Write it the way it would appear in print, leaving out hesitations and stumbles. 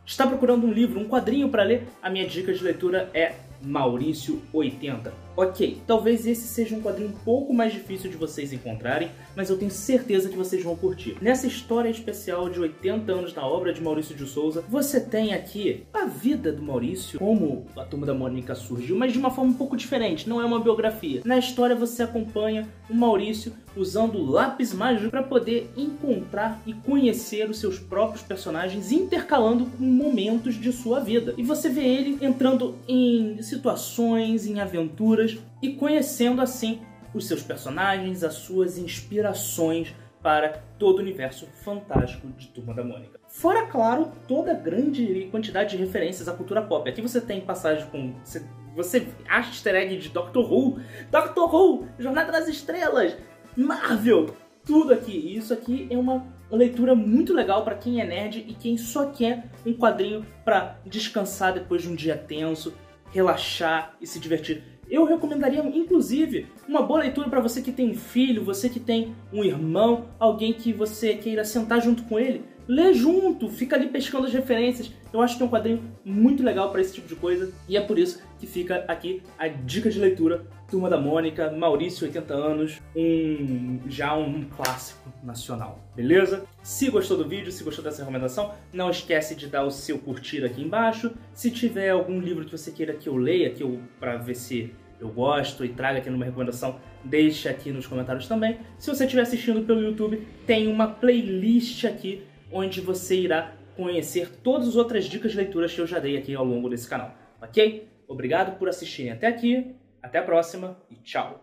Está procurando um livro, um quadrinho para ler? A minha dica de leitura é Maurício 80. Ok, talvez esse seja um quadrinho um pouco mais difícil de vocês encontrarem, mas eu tenho certeza que vocês vão curtir. Nessa história especial de 80 anos da obra de Maurício de Souza, você tem aqui a vida do Maurício, como a Turma da Mônica surgiu, mas de uma forma um pouco diferente, não é uma biografia. Na história você acompanha o Maurício usando o lápis mágico para poder encontrar e conhecer os seus próprios personagens, intercalando com momentos de sua vida. E você vê ele entrando em situações, em aventuras, e conhecendo assim os seus personagens, as suas inspirações para todo o universo fantástico de Turma da Mônica. Fora, claro, toda a grande quantidade de referências à cultura pop. Aqui você tem passagem com... Você acha easter egg de Doctor Who, Jornada das Estrelas, Marvel, tudo aqui. E isso aqui é uma leitura muito legal para quem é nerd e quem só quer um quadrinho para descansar depois de um dia tenso, relaxar e se divertir. Eu recomendaria, inclusive, uma boa leitura para você que tem um filho, você que tem um irmão, alguém que você queira sentar junto com ele. Lê junto, fica ali pescando as referências. Eu acho que é um quadrinho muito legal para esse tipo de coisa. E é por isso que fica aqui a dica de leitura. Turma da Mônica, Maurício, 80 anos. Já um clássico nacional, beleza? Se gostou do vídeo, se gostou dessa recomendação, não esquece de dar o seu curtir aqui embaixo. Se tiver algum livro que você queira que eu leia, para ver se eu gosto e traga aqui numa recomendação, deixa aqui nos comentários também. Se você estiver assistindo pelo YouTube, tem uma playlist aqui onde você irá conhecer todas as outras dicas de leituras que eu já dei aqui ao longo desse canal, ok? Obrigado por assistirem até aqui, até a próxima e tchau!